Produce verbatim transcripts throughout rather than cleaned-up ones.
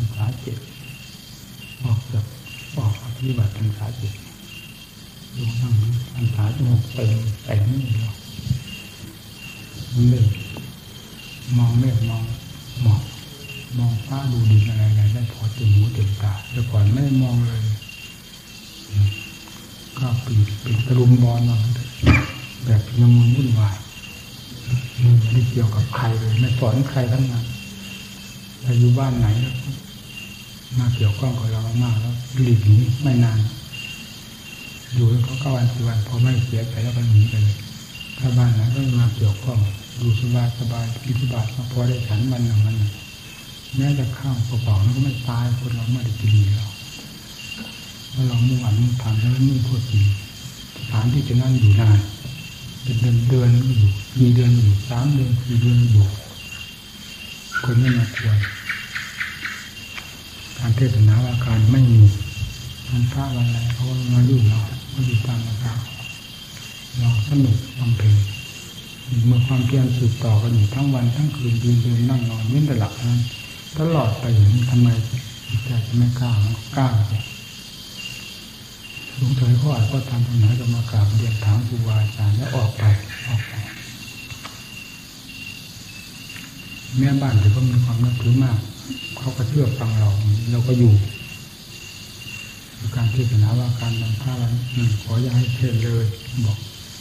ษาเจ็ดออกจากออกปฏิบัติพรรษาเจ็ดดูนั่งพรรษาจะหกเต็มเต็มนี่หรอกมันเลยมองเมฆมองหมอกมองฟ้าดูดินอะไรอะไรได้พอเต็มหูเต็มตาแต่ก่อนไม่ได้มองเลยก็ปีเป็นตะลุมบอลมาแบบยังมุนวุ่นวายไม่ได้เกี่ยวกับใครเลยไม่สอนใครทั้งนั้นเราอยู่บ้านไหนมาเกี่ยวข้องกับเรามากแล้วหลีกหนีไม่นานอยู่แล้วเขาก็วันสิวันพอไม่เสียใจแล้วก็หนีไปเลยถ้าบ้านไหนก็มาเกี่ยวข้องดูสบายสบายอิทธิบาทพอได้ฉันวันหนึ่งวันหนึ่งแม้จะข้าวกระเป๋ามันก็ไม่ตายคนเราไม่ได้กินเราแล้วเรามุ่งอันมุ่งทำแล้วมุ่งพูดจริงสถานที่จะนั่นอยู่นานเป็นเดือนเดือนก็อยู่มีเดือนอยู่สามเดือนสี่เดือนอยู่คนไม่มาควรการเทศนาว่าการไม่มีมันพระวันอะไรเขามาอยู่เราเขาอยู่ตามเราเราสนุกฟังเพลงเมื่อความเพียรสืบต่อกันอยู่ทั้งวันทั้งคืนยืนเดินนั่งนอนเว้นแต่หลับนั้นตลอดไปอย่างนี้ทำไมใจจะไม่กล้ามันก็กล้าเลยหลวงเฉยเขาอาจก็ทำตรงไหนจะมากราบเรียนถามครูบาอาจารย์แล้วออกไปออกไปแม่บ้านเขาก็มีความนับถือมากเขาก็เชื่อฟังเราเราก็อยู่การเทศนาว่าการนำผ้าวันขออย่าให้เทศเลยบอก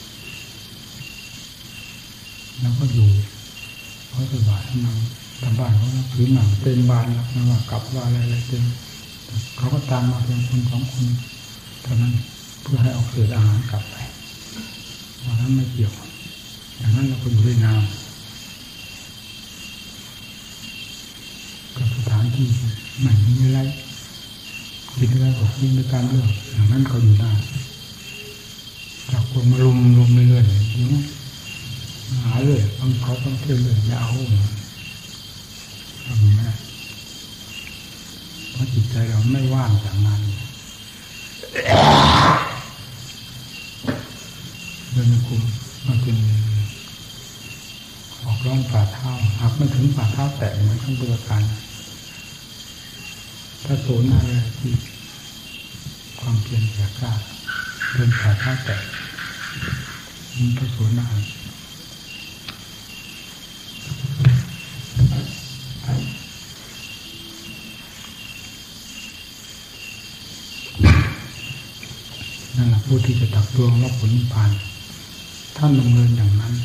แล้วก็อยู่เขาสบายทั้งนั้นทางบ้านเขาถือหนังเต็มบ้านแล้วไม่ว่ากลับว่าอะไรอะไรเต็มเขาก็ตามมาเพียงคนสองคนเท่านั้นเพื่อให้ออกเศษอาหารกลับไปวันนั้นไม่เกี่ยวอย่างนั้นเราก็อยู่ได้นานกับสถานที่ใหม่มีอะไรกินอะไรก็กินด้วยการเรื่องอย่างนั้นเขาอยู่ได้จากคนมาลุมลุมเรื่อยๆอย่างนี้หาเลยบางเขาต้องเที่ยวเลยไม่เอาทำไม่ได้เพราะจิตใจเราไม่ว่างจากงานเดินคุมมาเป็นออกร้องฝ่าเท้าหากไม่ถึงฝ่าเท้าแตะเหมือนขั้นตัวการถ้าโซนอะไรที่ความเพียรแก่กล้าเดินฝ่าเท้าแตะมันก็โซนอะไรนั่นแหละผู้ที่จะตักตวงว่าผลนิพพานท่านดำเนินอย่างนั้น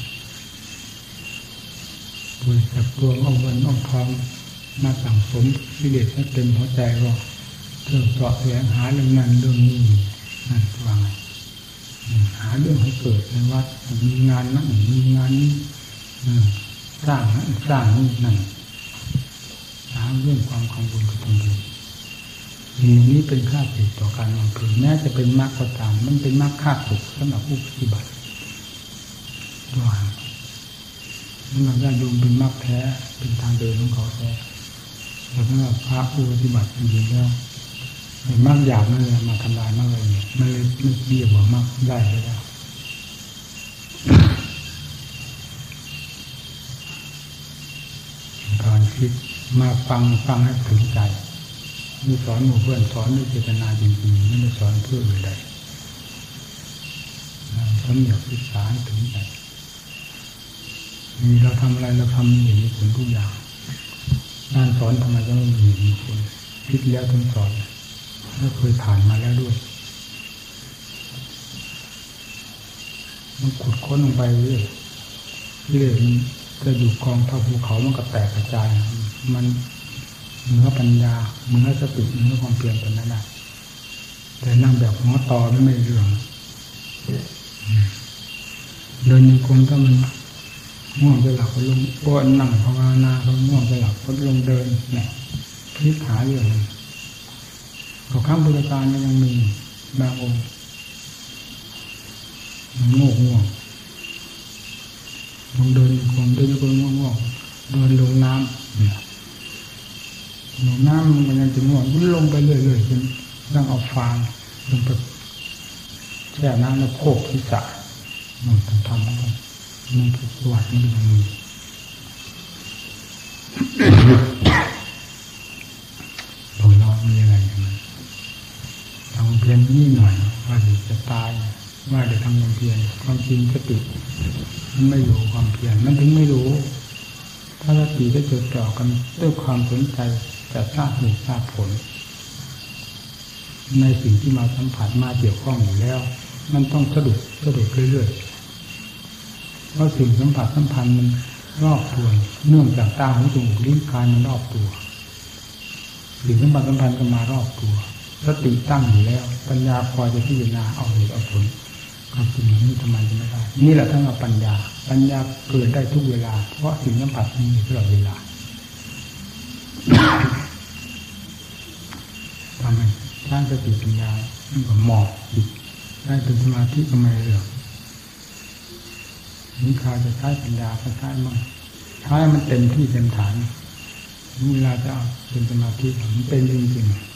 ผู้ตักตวงเอาเงินเอาทองมาสั่งสมวิเลศให้เต็มหัวใจก็เพื่อเสาะแสวงหาเรื่องนั้นเรื่องนี้นั่นว่าไงหาเรื่องให้เกิดในวัดมีงานนั้นมีงานนี้สร้างนั้นสร้างนี้นั่นหาเรื่องความกังวลกับตนเองอย่างนี้เป็นค่าศึกต่อการวางเพลิงแม้จะเป็นมรรคก็ตามมันเป็นมรรคค่าศึกสำหรับผู้ปฏิบัติว่าเมื่อญาติโยมเป็นมรรคแท้เป็นทางเดินของเขาแท้แต่สำหรับพระผู้ปฏิบัติจริงๆแล้วเป็นมรรคหยาบนั่นแหละมาทำลายมรรคละเอียดมันเลยไม่เรียกว่ามรรคได้แล้วการคิดมาฟังฟังให้ถึงใจมีสอนหมู่เพื่อนสอนด้วยเจตนาจริงๆไม่ได้สอนเพื่ออื่นใดสำเนียกศึกษาถึงใจมีเราทำอะไรเราทำมีมีผลทุกอย่างงานสอนทำไมก็ไม่มีมีผลคิดแล้วถึงสอนแล้วเคยผ่านมาแล้วด้วยมันขุดค้นลงไปเรื่อยเรื่อยมันจะอยู่กองเท่าภูเขามันก็แตกกระจายมันเนื้อปัญญาเนื้อสติเนื้อความเพียรเป็นไม่ได้แต่นั่งแบบหัวต่อไม่เรื่องเดินในกรมถ้ามันง่วงจะหลับก็ลงก็นั่งภาวนาก็ง่วงจะหลับก็ลงเดินเนี่ยพลิกขาเรื่องของข้ามบริการยังมีบางองค์โง่ง่วงลงเดินในกรมเดินในกรมง่วงง่วงเดินลงน้ำเนี่ยหนูน้ำมันยังจะง่วงมันลงไปเรื่อยๆจนนั่งเอาฟางลงไปแช่น้ำแล้วโคกที่สระมันทำทำมันมันถูกสวัสดิ์มันอย่างนี้ว่าจะทำความเพียรความจริงสติมันไม่รู้ความเพียรมันถึงไม่รู้ถ้าสติได้จดจ่อกันด้วยความสนใจแต่ทราบเหตุทราบผลในสิ่งที่มาสัมผัสมาเกี่ยวข้องอยู่แล้วมันต้องสะดุดสะดุดเรื่อยๆเพราะสิ่งสัมผัสสัมพันธ์มันรอบตัวเนื่องจากตาหูจมูกลิ้นกายมันรอบตัวสิ่งสัมผัสสัมพันธ์ก็มารอบตัวสติตั้งอยู่แล้วปัญญาพอจะพิจารณาเอาเหตุเอาผลความจริงอย่างนี้ทำไมจะไม่ได้นี่แหละทั้งปัญญาปัญญาเกิดได้ทุกเวลาเพราะสิ่งสัมผัสมีตลอดเวลาทำไมสร้างสติปัญญามันก็หมอบจิตได้เป็นสมาธิก็ไม่เรื่องนิคาจะใช้ปัญญาก็ใช้มั่งใช้มันเต็มที่เต็มฐานเวลาจะเอาเป็นสมาธิมันเป็นจริงๆ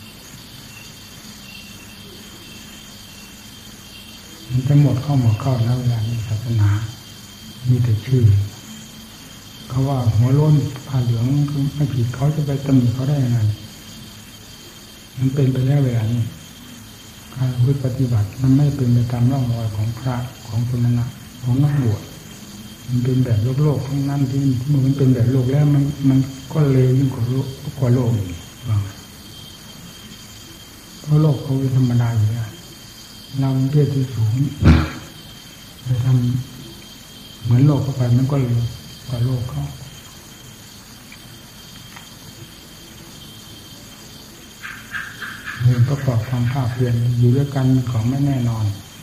มันจะหมดเข้าหมดเข้าแล้วเวลาในศาสนามีแต่ชื่อเขาว่าหัวโล้นผ้าเหลืองไม่ผิดเขาจะไปตำหนิเขาได้ยังไงมันเป็นไปแล้วเวลานี้การปฏิบัติมันไม่เป็นไปตามร่องรอยของพระของสมณะของนักบวชมันเป็นแบบโลกโลกทั้งนั้นที่มันเป็นแบบโลกแล้วมันมันก็เลวยิ่งกว่าโลกกว่าโลกอีกเพราะโลกเขาเป็นธรรมดาอยู่แล้วเราเรียกที่สูงไปทำเหมือนโลกเข้าไปมันก็เลวกว่าโลกเขาเรื่องประกอบความภาคเพียรอยู่ด้วยกันของไม่แน่นอน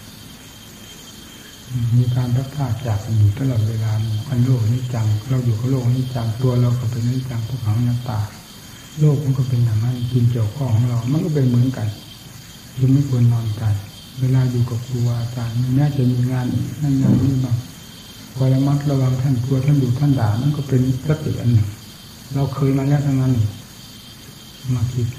มีการพัดพลาดจากกันอยู่ตลอดเวลาอันโลกนี้จังเราอยู่กับโลกนี้จังตัวเราก็เป็นนี้จังทุกขังนัตตาโลกมันก็เป็นอย่างนั้นกินเกี่ยวข้องของเรามันก็เป็นเหมือนกันยังไม่ควรนอนใจเวลาอยู่กับครูอาจารย์แม้จะมีงานนั่นงานนี้บ้างคอยระมัดระวังท่านกลัวท่านดูท่านด่ามันก็เป็นสติอันหนึ่งเราเคยมาแล้วทั้งนั้นมาคิด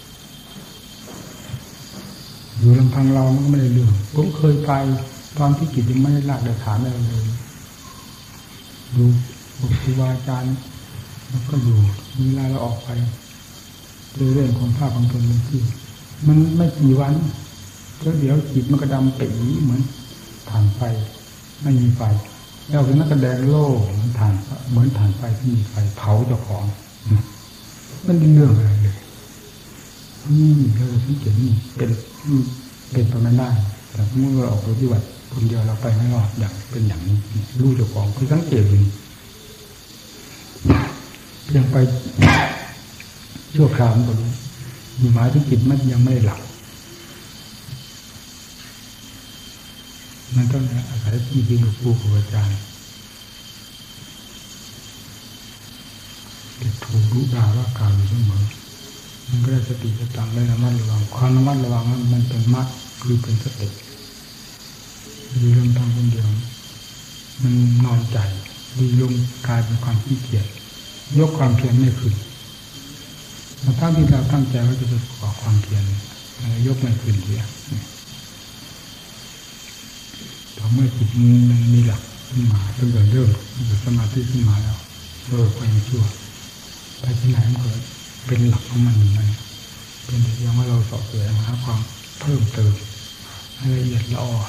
อยู่ลำพังเรามันก็ไม่ได้เรื่องผมเคยไปตอนที่กิจยังไม่ได้ลากได้ฐานอะไรเลยดูครูอาจารย์แล้วก็อยู่เวลาเราออกไปเรื่องของภาพของตนเป็นที่มันไม่กี่วันแล้วเดี๋ยวจิตมันก็ดำปีเหมือนถ่านไฟไม่มีไฟแล้วเป็นนักแสดงโล่เหมือนถ่านเหมือนถ่านไฟที่มีไฟเผาเจ้าของมันเป็นเรื่องอะไรเลยนี่เราสังเกตนี่เป็นเป็นไปไม่ได้แต่เมื่อเราออกปฏิบัติคนเดียวเราไปไม่รอดอย่างเป็นอย่างนี้รู้เจ้าของคือสังเกตดูเพียงไปชั่วคราวมันก็รู้มีหมายถึงจิตมันยังไม่หลับมันต้องอาศัยจริงๆกับครูกับอาจารย์จะถูกรู้ด่าว่ากล่าวอยู่เสมอมันก็ได้สติสตังได้ระมัดระวังความระมัดระวังนั้นมันเป็นมรรคคือเป็นสติดูลำพังคนเดียวมันนอนใจดูลงกลายเป็นความขี้เกียจยกความเพียรไม่ขึ้นทั้งที่เราตั้งใจว่าจะไปก่อความเพียรยกไม่ขึ้นเสียแต่เมื่อจิตมันมีหลักขึ้นมาตั้งแต่เริ่มสมาธิขึ้นมาแล้วเออก็ยังชั่วไปที่ไหนมันก็เป็นหลักของมันอยู่นั่นเป็นเพียงว่าเราสอบสวนหาความเพิ่มเติมให้ละเอียดละออ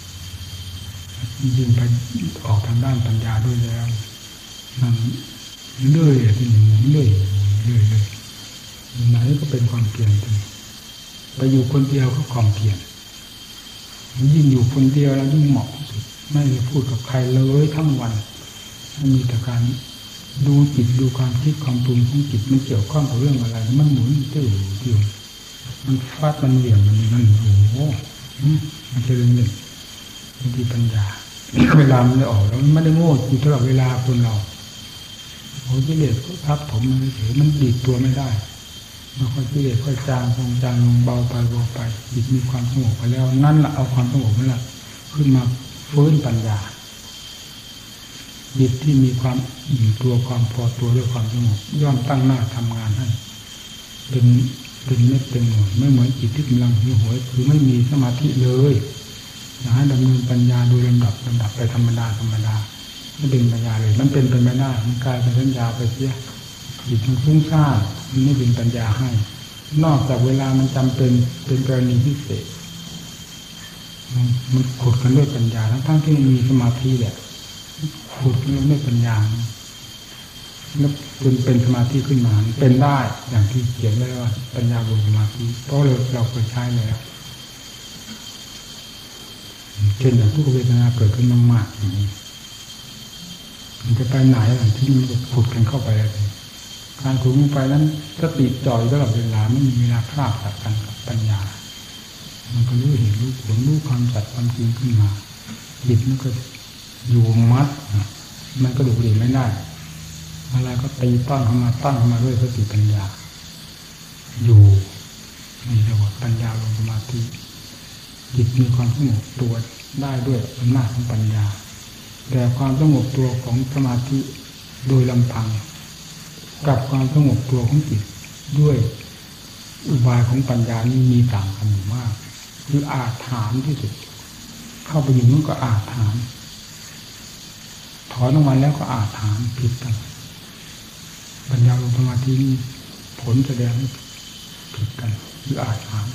ยิ่งไปออกทางด้านปัญญาด้วยแล้วมันเลื่อยที่หนึ่งเลื่อยเลื่อยเลยไหนก็เป็นความเพียรไปอยู่คนเดียวก็ความเพียรยิ่งอยู่คนเดียวแล้วยิ่งเหมาะที่สุดไม่ได้พูดกับใครเลยทั้งวันมีแต่การดูจิตดูความคิดความปรุงของจิตมันเกี่ยวข้องกับเรื่องอะไรมันหมุนติ้วติ้วมันฟาดมันเหวี่ยงมันมันโอ้โหมันจะเรื่องหนึ่งบางทีปัญญาเวลามันได้ออกแล้วมันไม่ได้โง่อยู่ตลอดเวลาคนเราโอ้กิเลสก็ทับถมมันเฉยมันดีดตัวไม่ได้มันค่อยกิเลสค่อยจางลงจางลงเบาไปเบาไปจิตมีความสงบไปแล้วนั่นแหละเอาความสงบนั่นแหละขึ้นมาฟื้นปัญญาจิตที่มีความอิ่มตัวความพอตัวด้วยความสงบย่อมตั้งหน้าทำงานให้เป็นเป็นเม็ดเป็นหน่วยไม่เหมือนจิตที่กำลังหิวโหยคือไม่มีสมาธิเลยอยากให้ดำเนินปัญญาโดยลำดับลำดับไปธรรมดาธรรมดาไม่เป็นปัญญาเลยมันเป็นไปไม่ได้มันกลายเป็นสัญญาไปเสียจิตมันฟุ้งซ่านมันไม่เป็นปัญญาให้นอกจากเวลามันจำเป็นเป็นกรณีพิเศษมันขุดกันด้วยปัญญาทั้งทั้งที่มีสมาธิแหละขุดกันด้วยปัญญาแล้วจนเป็นสมาธิขึ้นมาเป็นได้อย่างที่เขียนไว้ว่าปัญญาบนสมาธิเพราะเราเราเคยใช้แล้วเช่นอย่างทุกเวทนาเกิดขึ้นมากๆอย่างนี้มันจะไปไหนหลังที่มันจะขุดกันเข้าไปเลยการขุดลงไปนั้นสติจ่อยตลอดเวลาไม่มีเวลาพลาดจากกันกับปัญญามันก็รู้เห็นรู้ผลรู้ความจัดความจริงขึ้นมาจิตมันก็อยู่มัดมันก็ดูดีไม่ได้อะไรก็ตีตั้งเข้ามาตั้งเข้ามาด้วยสติปัญญาอยู่นี่เรียกว่าปัญญาลงสมาธิจิตมีความสงบตัวได้ด้วยอำนาจของปัญญาแต่ความสงบตัวของสมาธิโดยลำพังกับความสงบตัวของจิตด้วยอุบายของปัญญานี้มีต่างกันอยู่มากคืออาถรรพ์ที่สุดเข้าไปอยู่นั้นก็อาถรรพ์ถอนออกมาแล้วก็อาถรรพ์ผิดกันปัญญาลงสมาธินี้ผลแสดงผิดกันคืออาถรรพ์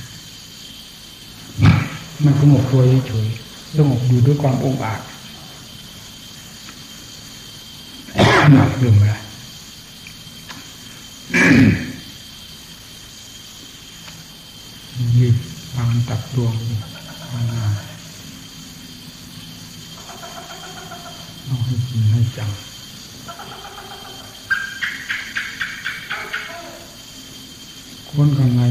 มันสงบตัวเฉยๆสงบอยู่ด้วยความองอาจหนักดื่มอะไรรีบฟังตักตวงฟังงานต้องให้กินให้จังคนข้างใน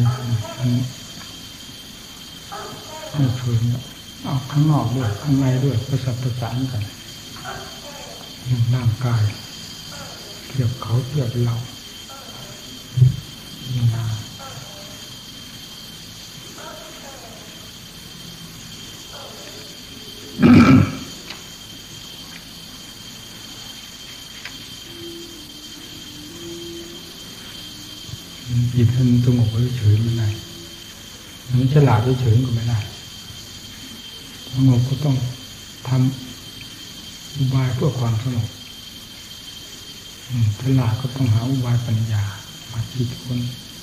ไม่เคยเอาข้างนอกด้วยข้างในด้วยประสานประสานกันร่างกายเทียบเขาเทียบเรานี่นาจิตมันสงบเฉยๆไม่ได้มันฉลาดเฉยๆก็ไม่ได้สงบก็ต้องทำอุบายเพื่อความสงบฉลาดก็ต้องหาอุบายปัญญามาคิดค้น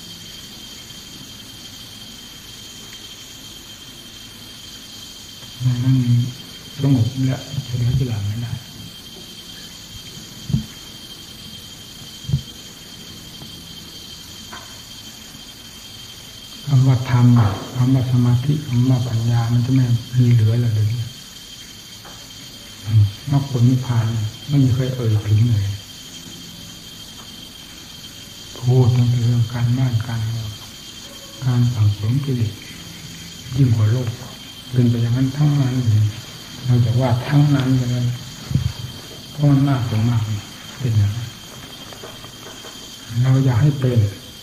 นั่งสงบแล้วเฉลียวฉลาดไม่ได้คำว่าธรรมคำว่าสมาธิคำว่าปัญญามันจะไม่มีเหลือเลยนอกผลนิพพานไม่มีใครเอ่ยถึงเลยพูดตั้งแต่เรื่องการบ้านการเมืองการสั่งสมกิเลสยิ่งกว่าโลกเป็นไปอย่างนั้นทั้งนั้นเลยเราจะว่าทั้งนั้นเลยเพราะมันมากถึงมากเป็นอย่างนั้นเราอยากให้เป็น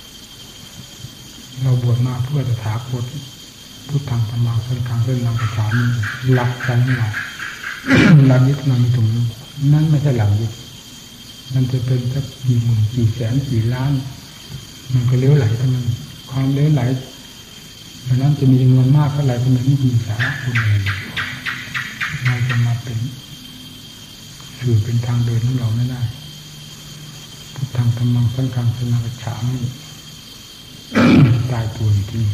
เราบวชมาเพื่อจะถาคตพุทธังธรรมังสังฆังเส้นนำภาษานี้หลักใจของเราหลักยึดมันมีตรงนี้นั่นไม่ใช่หลักยึดมันจะเป็นสักกี่หมื่นกี่แสนกี่ล้านมันก็เลี้ยวไหลทั้งนั้นความเลี้ยวไหลดังนั้นจะมีจำนวนมากเท่าไหร่ก็ไม่มีสาระคุณเลยเราจะมาเป็นสื่อเป็นทางเดินของเราไม่ได้พุทธังธรรมังสังฆังเส้นนำภาษานี้ตายตัวอยู่ที่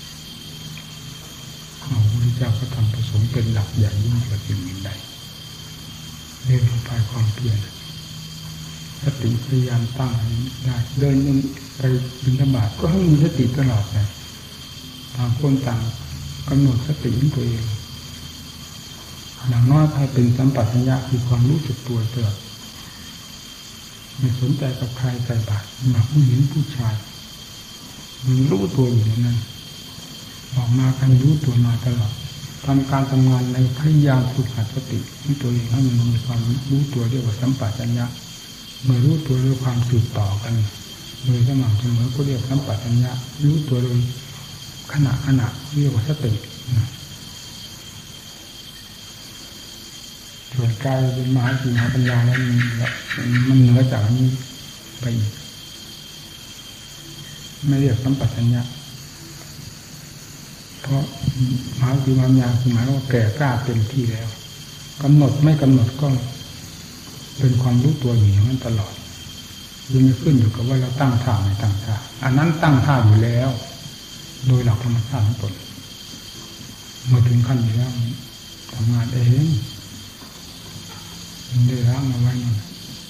พระพุทธเจ้าก็ทำประสงค์เป็นหลักใหญ่ยิ่งกว่าสิ่งอื่นใดเรื่องลงไปความเพียรสติพยายามตั้งได้เดินไปบิณฑบาตก็ให้มีสติตลอดเลยต่างคนต่างกำหนดสติของตัวเองอย่างน้อยให้เป็นสัมปชัญญะคือความรู้สึกตัวเตือนไม่สนใจกับใครใส่บาตรหนักผู้หญิงผู้ชายมันรู้ตัวอยู่ในนั้นออกมากันรู้ตัวมาตลอดทำการทำงานในพยายามฝึกหัดสติให้ตัวเองให้มันมีความรู้ตัวเรียกว่าสัมปชัญญะเมื่อรู้ตัวด้วยความสืบต่อกันโดยสม่ำเสมอก็เรียกสัมปชัญญะรู้ตัวโดยขณะขณะเรียกว่าสติส่วนกายเป็นมหาสีมหาปัญญาแล้วมันเหนือจากนี้ไปอีกไม่เรียกสัมปชัญญะเพราะมหาสีมหาปัญญาคือหมายว่าแก่กล้าเต็มที่แล้วกำหนดไม่กำหนดก็เป็นความรู้ตัวอยู่อย่างนั้นตลอดยังไม่ขึ้นอยู่กับว่าเราตั้งท่าไม่ตั้งท่าอันนั้นตั้งท่าอยู่แล้วโดยหลักธรรมชาติของตนเมื่อถึงขั้นนี้แล้วทำงานเองมันได้ล้างเอาไว้นั่น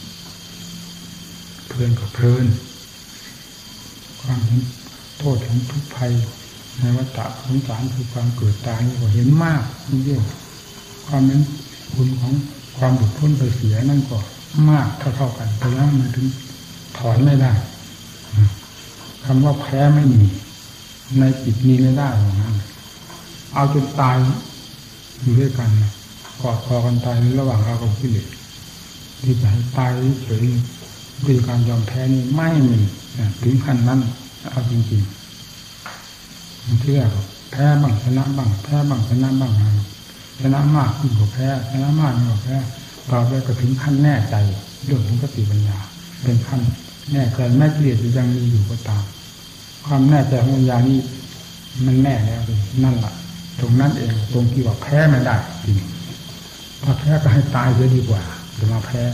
เพลินกับเพลินความเห็นโทษเห็นทุกข์ภัยในวัฏฏะสงสารคือความเกิดตายนี่ก็เห็นมากนี่เรื่องความนั้นคุณของความบุญพ้นไปเสียนั่นก็มากเท่าๆกันแต่แล้วมันถึงถอนไม่ได้คำว่าแพ้ไม่มีในจิตนี้ไม่ได้อย่างนั้นเอาจนตายอยู่ด้วยกันกอดคอกันตายระหว่างเรากับกิเลสที่จะให้ตายเฉยด้วยการยอมแพ้นี่ไม่มีถึงขั้นนั้นเอาจริงๆที่แรกแพ้บ้างชนะบ้างแพ้บ้างชนะบ้างชนะมากยิ่งกว่าแพ้ชนะมากยิ่งกว่าแพ้ต่อไปก็ถึงขั้นแน่ใจเรื่องของสติปัญญาเป็นขั้นแน่ใจแม้กิเลสยังมีอยู่ก็ตามความแน่ใจของปัญญานี่มันแน่แล้วนั่นแหละตรงนั้นเองตรงที่ว่าแพ้ไม่ได้จริงถ้าแพ้ก็ให้ตายเสียดีกว่าจะมาแพ้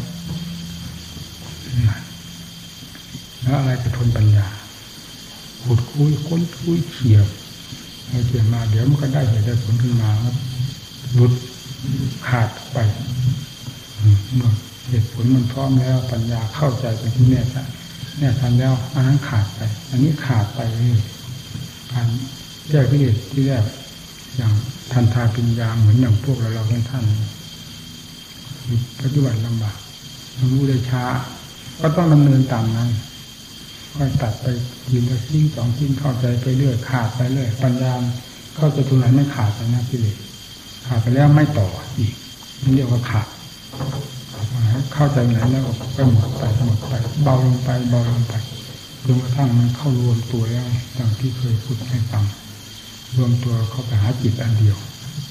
แล้วอะไรจะทนปัญญาขุดคุยค้นคุยเขี่ยให้เกี่ยมาเดี๋ยวมันก็ได้เหตุได้ผลขึ้นมาครับหลุดขาดไปเมื่อเหตุผลมันพร้อมแล้วปัญญาเข้าใจเป็นที่แน่ชัดแน่ชัดแล้วอันนั้นขาดไปอันนี้ขาดไปเลยการแก้กิเลสที่แรกอย่างทันทาปัญญาเหมือนอย่างพวกเราเราท่านปัจจุบันลำบากรู้ได้ช้าก็ต้องดำเนินตามนั้นค่อยตัดไปยินละชิ้นสองชิ้นเข้าใจไปเรื่อยขาดไปเรื่อยปัญญาเข้าใจตรงไหนไม่ขาดไปนะกิเลสขาดไปแล้วไม่ต่ออีกนี่เรียกว่าขาดเข้าใจไหนแล้วก็หมดไปหมดไปเบาลงไปเบาลงไปจนกระทั่งมันเข้ารวมตัวแล้วอย่างที่เคยพูดให้ฟังรวมตัวเข้าไปหาจิตอันเดียว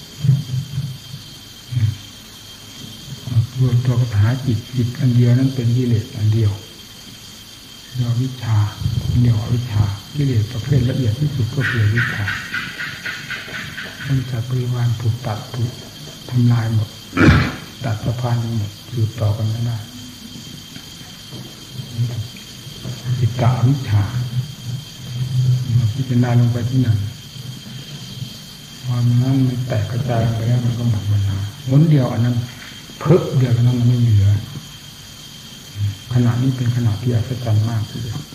รวมตัวเข้าไปหาจิตจิตอันเดียวนั้นเป็นกิเลสอันเดียวเรียกวิชาเรียกวิชากิเลสประเภทละเอียดที่สุดก็คือวิชามันจัดบริวารถูกตัดถูกทำลายหมดตัดสะพานหมดสืบต่อกันไม่ได้จิตตาวิชาพิจารณาลงไปที่นั่นความนั้นมันแตกกระจายไปแล้วมันก็หมดเวลาหนเดียวอันนั้นเพิกเดียวกันนั้นมันไม่มีเหลือขณะนี้เป็นขณะที่อัศจรรย์มากทีเดียว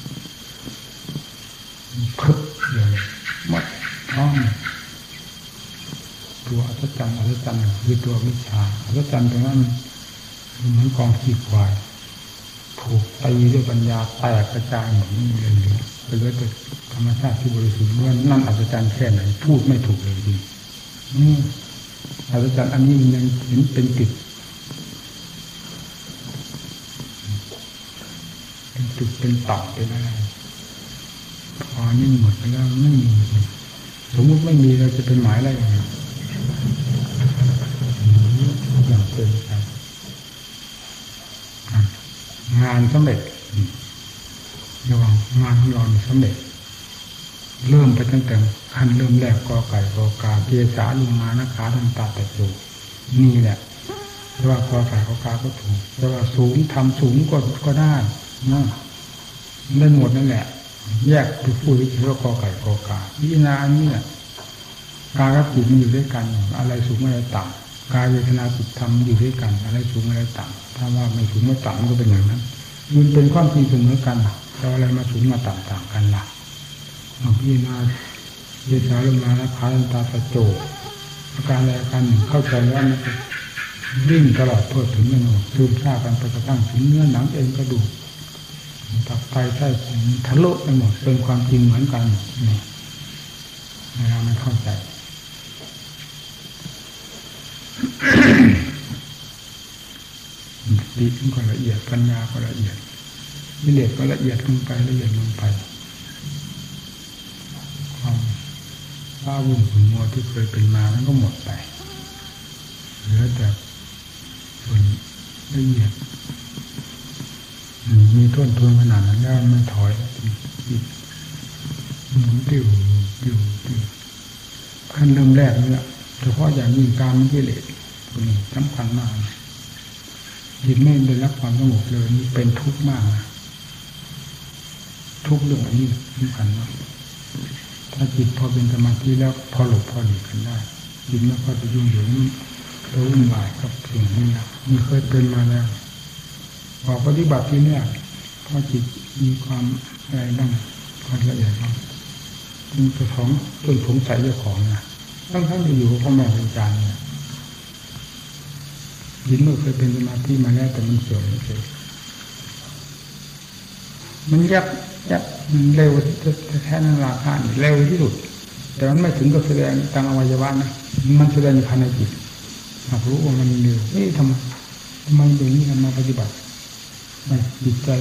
เพิกเดียวหมดท้องตัวอัศจรรย์อัศจรรย์คือตัววิชาอัศจรรย์ตรงนั้นเหมือนกองขี้ควายถูกตีด้วยปัญญาแตกกระจายหมดไม่มีเลยเหลือไปเหลือแต่ธรรมชาติที่บริสุทธิ์ล้วนนั่นอัศจรรย์แค่ไหนพูดไม่ถูกเลยจริงนี่อัศจรรย์อันนี้มันยังเห็นเป็นติดเป็นติดเป็นต่อเป็นอะไรพอนี่หมดไปแล้วไม่มีสมมติไม่มีเราจะเป็นหมายอะไรอย่างนี้อย่างเป็นครับงานสำเร็จระวังงานของเราสำเร็จเริ่มไปตั้งแต่ขั้นเริ่มแรกกอไก่กอกาเกียสาลงมานะขาทำตาแต่สูงนี่แหละแต่ว่ากอไก่กอกาก็ถูกแต่ว่าสูงทำสูงก็ก็ได้นะได้หมดนั่นแหละแยกไปพูดวิธีว่ากอไก่กอกาพิจารณาอันนี้แหละกายกับจิตมันอยู่ด้วยกันอะไรสูงอะไรต่ำกายเวทนาจิตธรรมอยู่ด้วยกันอะไรสูงอะไรต่ำถ้าว่าไม่สูงไม่ต่ำมันก็เป็นอย่างนั้นมันเป็นความจริงเสมอกันเราอะไรมาสูงมาต่ำต่างกันล่ะพิจารณาเยสาลงมาแล้วขาลันตาตะโจอาการอะไรอาการหนึ่งเข้าใจแล้วมันวิ่งตลอดทั่วถึงนั่นเองซึมซาบกันไปกระทั่งถึงเนื้อหนังเอ็นกระดูกตับไตไส้พุงทะลุไปหมดเป็นความจริงเหมือนกันนี่เวลามันเข้าใจดีขึ้นก็ละเอียดปัญญาก็ละเอียดวิเลศก็ละเอียดลงไปละเอียดลงไปความว้าวุ่นขุ่นมัวที่เคยเป็นมามันก็หมดไปเหลือแต่ส่วนละเอียดมีต้นทุนขนาดนั้นแล้วไม่ถอยหมุนติ้วติ้วติ้วขั้นเริ่มแรกนี่แหละเฉพาะอย่างยิ่งการมันกิเลสตัวนี้สำคัญมากจิตไม่ได้รับความสงบเลยนี่เป็นทุกข์มากนะทุกข์เรื่องนี้สำคัญมากถ้าจิตพอเป็นสมาธิแล้วพอหลบพอหลีกกันได้จิตไม่ค่อยจะยุ่งเหยิงไปวุ่นวายกับสิ่งนี้นะมีเคยเป็นมาแล้วพอปฏิบัติที่เนี่ยพอจิตมีความอะไรบ้างความละเอียดบ้างจึงจะท้องจนสงสัยเจ้าของนะทั้งทั้งอยู่ๆพ่อแม่เป็นอาจารย์เนี่ยยินเมื่อเคยเป็นสมาธิมาแล้วแต่มันเสื่อมเฉยมันยับยับมันเร็วแท้นั้นราคาเร็วที่สุดแต่มันไม่ถึงกับแสดงทางอวัยวะนะมันแสดงอยู่ภายในจิตหากรู้ว่ามันเร็วนี่ทำทำไมเดี๋ยวนี้กันมาปฏิบัติไม่จิตใจ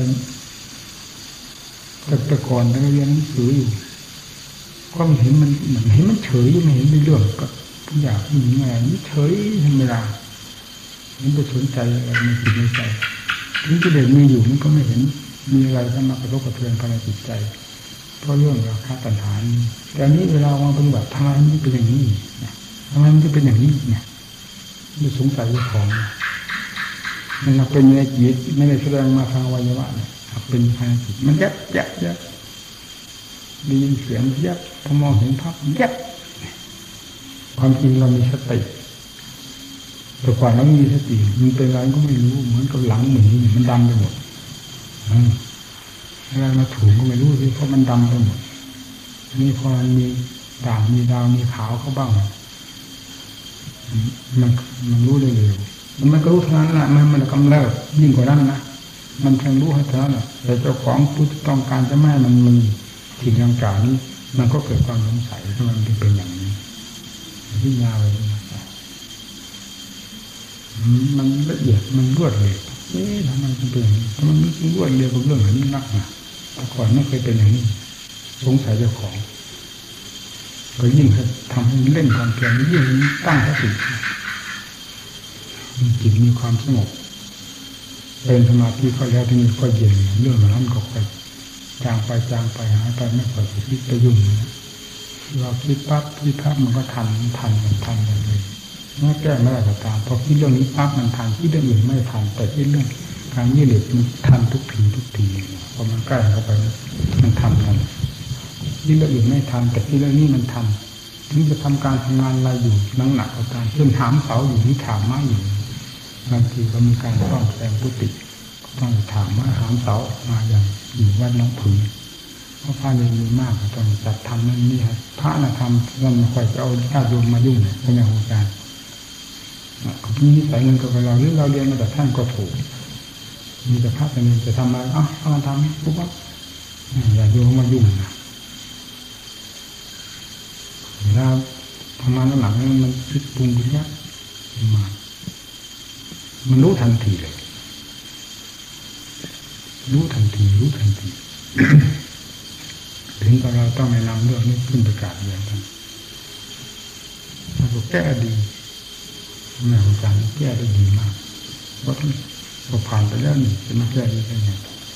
แต่แต่ก่อนเราเรียนหนังสืออยู่ก็เห็นมันเหมือนเห็นมันเฉยไม่เห็นมีเรื่องกับทุกอย่างมีไงนี่เฉยธรรมดาไม่ไปสนใจอะไรในจิตในใจถึงกิเลสมีอยู่มันก็ไม่เห็นมีอะไรเข้ามากระทบกระเทือนภายในจิตใจเพราะเรื่องราคาตัณหาแต่นี้เวลามาปฏิบัติทำไมมันเป็นอย่างนี้ทำไมมันจะเป็นอย่างนี้เนี่ยไม่สงสัยเรื่องของมันเป็นในจิตไม่ได้แสดงมาทางวัยวะเนี่ยเป็นภายในจิตมันยับยับยับได้ยินเสียงยับพอมองเห็นภาพยับความจริงเรามีสติแต่ก่อนเราไม่มีสติมันเป็นอะไรก็ไม่รู้เหมือนกับหลังหมีมันดำไปหมดอะไรมาถูกก็ไม่รู้สิเพราะมันดำไปหมดนี่พอมันมีด่างมีดาวมีขาวเข้าบ้างมันมันรู้ได้เร็วมันก็รู้เท่านั้นแหละมันมันกำเริบยิ่งกว่านั้นนะมันเพียงรู้ให้เท่านั้นแหละแต่เจ้าของผู้ต้องการจะไม่มันมีสิ่งดังกล่าวนี้มันก็เกิดความสงสัยทำไมมันถึงเป็นอย่างนี้พิจารณาไปมันละเอียดมันรวดเร็วเอ๊ะทำไมถึงเป็นอย่างนี้มันรวดเร็วกับเรื่องแบบนี้นักนะแต่ก่อนไม่เคยเป็นอย่างนี้สงสัยเจ้าของก็ยิ่งทำให้เล่นความเพียรยิ่งตั้งสติจิตมีความสงบเป็นสมาธิก็แล้วที่นี่ก็เย็นเรื่องนั้นก็ไปจางไปจางไปหายไปไม่ค่อยคิดไปยุ่งนะเราคิดปั๊บคิดปั๊บมันก็ทันทันมันทันเลยเมื่อแก้ไม่ได้ก็ตามพอคิดเรื่องนี้ปั๊บมันทันคิดเรื่องอื่นไม่ทันแต่คิดเรื่องการยืดเหยียดมันทันทุกทีทุกทีพอมันใกล้เข้าไปมันทันทันคิดเรื่องอื่นไม่ทันแต่คิดเรื่องนี้มันทันถึงจะทำการทำงานอะไรอยู่นั่งหนักก็ตามเช่นถามเสาอยู่ที่ถามไม้อยู่บางทีก็มีการต้องแสดงพุติต้องถามว่าถามเสามาอย่างอยู่วัดน้องผืนเพราะพระเนรมีมากต้องจัดทำนั่นนี่ครับพระน่ะทำเราไม่ค่อยจะเอาญาติโยมมายุ่งเนี่ยเป็นอย่างของการมีนิสัยมันกับเราหรือเราเรียนมาแต่ท่านก็ถูกมีแต่พระเนรจะทำอะไรอ๋อเอามาทำปุ๊บปั๊บอย่าโยมมายุ่งนะเวลาทำงานหลังๆมันคิดปรุงขึ้นเยอะมามันรู้ทันทีเลยรู้ทันทีรู้ทันที ถึงกับเราต้องแนะนำเรื่องนี้ขึ้นประกาศเรียนกันเราก็แก้ดีแม่อาจารย์แก้ได้ดีมากเพราะเราผ่านไปแล้วนี่จะมาแก้ได้ยังไง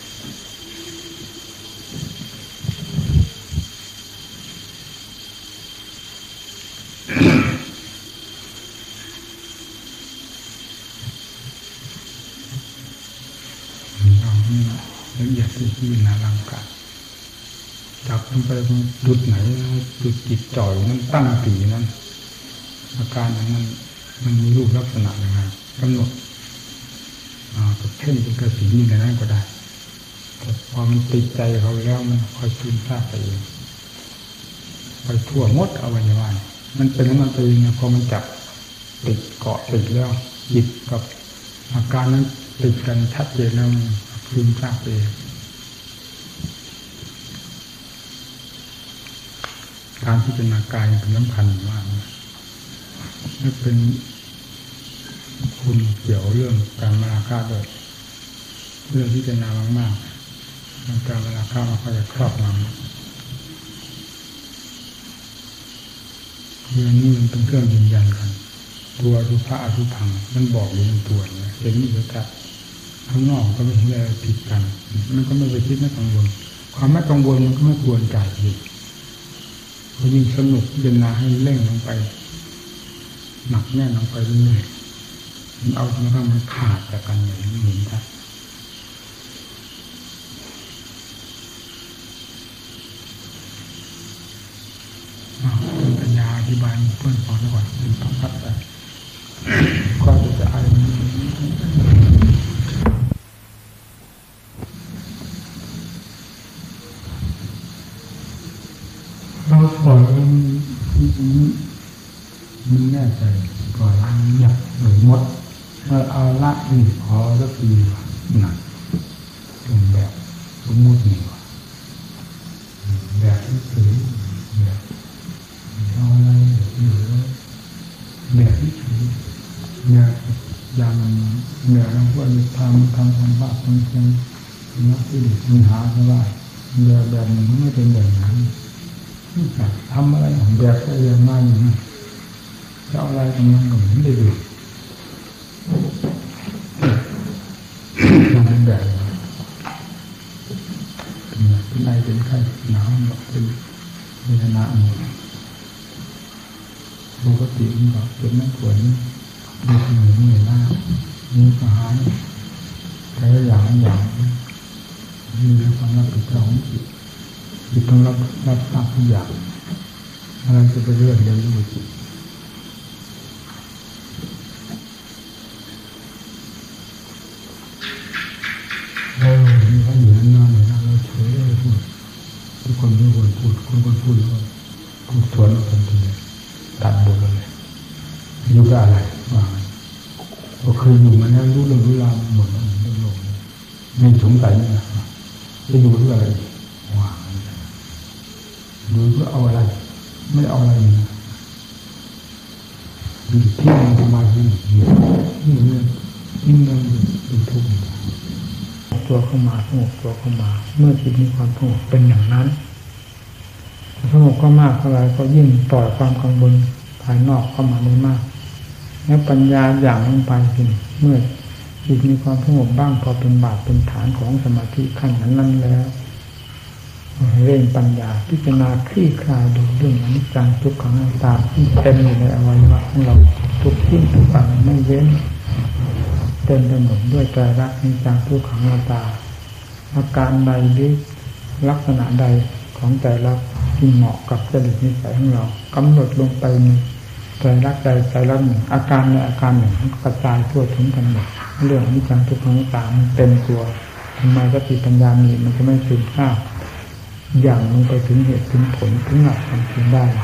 ละเอียดที่พิจารณาร่างกายจับมันไปจุดไหนจุดจิตจ่อยนั้นตั้งตีนั้นอาการนั้นมันมีรูปลักษณะยังไงกำหนดกับเพ่งเป็นกระสีนี่ในนั้นก็ได้แต่พอมันติดใจเขาแล้วมันค่อยซึมซาบไปเองไปทั่วมดอวัยวะมันเป็นแล้วมันไปเองพอมันจับติดเกาะติดแล้วจิตกับอาการนั้นติดกันชัดเจนแล้วซึมซาบไปการพิจารณากายเป็นสำคัญมากนี่เป็นคุณเกี่ยวเรื่องการมาราคาด้วยเรื่องพิจารณามากๆการมาราคามันก็จะครอบงำเรื่องนี้มันเป็นเครื่องยืนยันกันตัวอสุภะอสุพังมันบอกอยู่ในตัวเนี่ยเห็นนี่ก็จะข้างนอกก็ไม่เห็นอะไรผิดกันมันก็ไม่ไปคิดไม่กังวลความไม่กังวลมันก็ไม่ควรใจผิดพอยิ่งสนุกเย็นนาให้เร่งลงไปหนักแน่นลงไปเรื่อยๆมันเอาจนกระทั่งมันขาดจากกันอย่างนี้เห็นครับเป็นปัญญาธิบายเพื่อนฟังก่อนเป็นพักพักไปก็จะจะอะไรเราปล่อยมันแน่ใจปล่อยมันหยับหรือมดเราเอาละนี่พอแล้วปีหนักตรงแบบสมมตินี่ว่าแบบที่ถือแบบเอาอะไรอยู่แบบที่ถือเนี่ยอย่างเนี่ยเราควรทำทำทำบ้าทำเชิงนักที่ดีมีหาก็ได้แบบแบบนี้ไม่เป็นแบบนั้นทำอะไรของแบบก็ยังไม่อยู่นะจะเอาอะไรทำงานก็ไม่ได้ดูทำเป็นแบบเป็นไรเป็นไข้หนาวเป็นเป็นหนาหมดปกติมันก็เป็นนักปวดมีเหนื่อยเหนื่อยหน้ามีกระหายแต่อย่างอย่างมีความรับผิดชอบของจิตจิตต้องรับรับทราบทุกอย่างอะไรจะไปเรื่องเดียวรู้จิตเราเห็นเขาอยู่นานๆเลยนะเราเฉยเลยพูดทุกคนไม่ควรพูดคนคนพูดแล้วพูดสวนทันทีตัดบทเลยอยู่กับอะไรว่าก็เคยอยู่มาแล้วรู้เรื่องรู้ราวหมดแล้วเรื่องโลกไม่สงสัยนะจะอยู่เพื่ออะไรว่าดูเพื่อเอาอะไรไม่เอาอะไรนะอยู่ที่มันสมาธิอยู่นี่เรื่องนี่เรื่องเป็นทุกข์ตัวเข้ามาสงบตัวเข้ามาเมื่อจิตมีความสงบเป็นอย่างนั้นสงบก็มากเท่าไรก็ยิ่งปล่อยความกังวลภายนอกเข้ามาได้มากแล้วปัญญาอย่างลงไปสิเมื่อจิตมีความสงบบ้างพอเป็นบาทเป็นฐานของสมาธิขั้นนั้นนั้นแล้วเร่งปัญญาพิจารณาคลี่คลายดูเรื่องอนิจจังทุกขังอนัตตาที่เต็มอยู่ในอวัยวะของเราทุกที่ทุกอันไม่เว้นเต็มไปหมดด้วยใจรักอนิจจังทุกขังอนัตตาอาการใดหรือลักษณะใดของใจรักที่เหมาะกับจริตนิสัยของเรากำหนดลงไปในใจรักใจใจรักหนึ่งอาการในอาการหนึ่งกระจายทั่วถึงกันหมดเรื่องอนิจจังทุกขังอนัตตามันเต็มตัวทำไมสติปัญญามีมันจะไม่ซึมซาบอย่างลงไปถึงเหตุถึงผลถึงหลักความจริงได้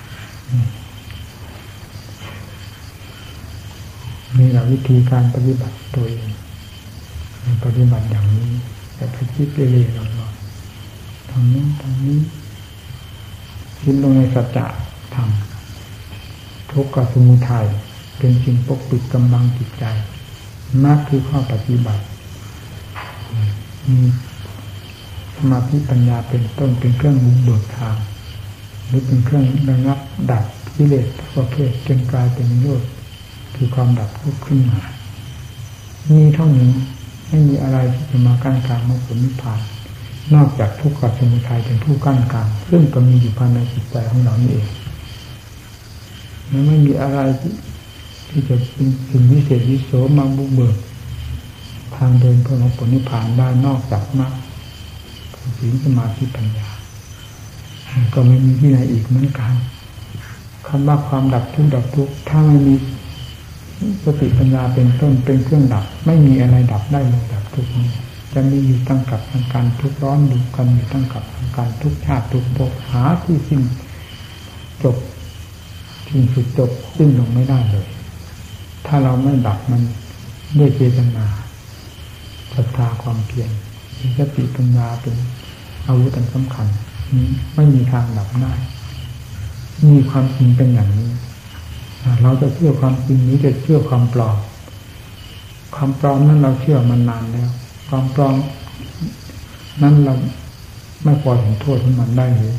นี่แหละวิธีการปฏิบัติตัวเองปฏิบัติอย่างนี้แต่ไปคิดเรื่อยๆหลอนๆทางนี้ทางนี้คิดลงในสัจจะธรรมทุกข์กับสมุทัยเป็นสิ่งปกปิดกำลังจิตใจมากคือข้อปฏิบัติมีสมาธิปัญญาเป็นต้นเป็นเครื่องบุกเบิกทางหรือเป็นเครื่องระงับดับกิเลสประเภทจนกลายเป็นนิโรธคือความดับทุกข์ขึ้นมามีเท่านี้ไม่มีอะไรที่จะมากั้นกลางมรรคผลนิพพานนอกจากทุกข์กับสมุทัยเป็นผู้กั้นกลางซึ่งก็มีอยู่ภายในจิตใจของเรานี่เองมันไม่มีอะไรที่จะเป็นสิ่งวิเศษวิโสมาบุกเบิกทางเดินเพื่อมรรคผลนิพพานได้นอกจากมรรคศีลสมาธิปัญญาก็ไม่มีที่ไหนอีกเหมือนกันคำว่าความดับทุกข์ดับทุกข์ถ้าไม่มีสติปัญญาเป็นต้นเป็นเครื่องดับไม่มีอะไรดับได้เลยดับทุกข์นี้จะมีอยู่ตั้งกับทางการทุกข์ร้อนอยู่กันอยู่ตั้งกับทางการทุกข์ชาติทุกข์ภพหาที่สิ้นจบสิ้นสุดจบสิ้นลงไม่ได้เลยถ้าเราไม่ดับมันด้วยเจตนาศรัทธาความเพียรมีสติปัญญาเป็นอาวุธอันสำคัญไม่มีทางดับได้มีความจริงเป็นอย่างนี้เราจะเชื่อความจริงนี้จะเชื่อความปลอมความปลอมนั้นเราเชื่อมานานแล้วความปลอมนั้นเราไม่พอเห็นโทษของมันได้เลย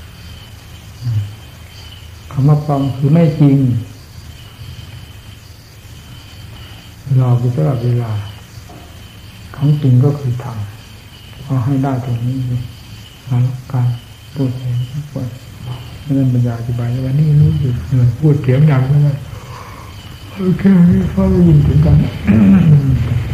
คำว่าปลอมคือไม่จริงหลอกอยู่ตลอดเวลาของจริงก็คือธรรมเอาให้ได้ตรงนี้หาการพูดเองพูดไม่ได้บรรยายอธิบายว่านี่รู้อยู่พูดเสียงดังก็ได้โอเคเขาได้ยินถึงกัน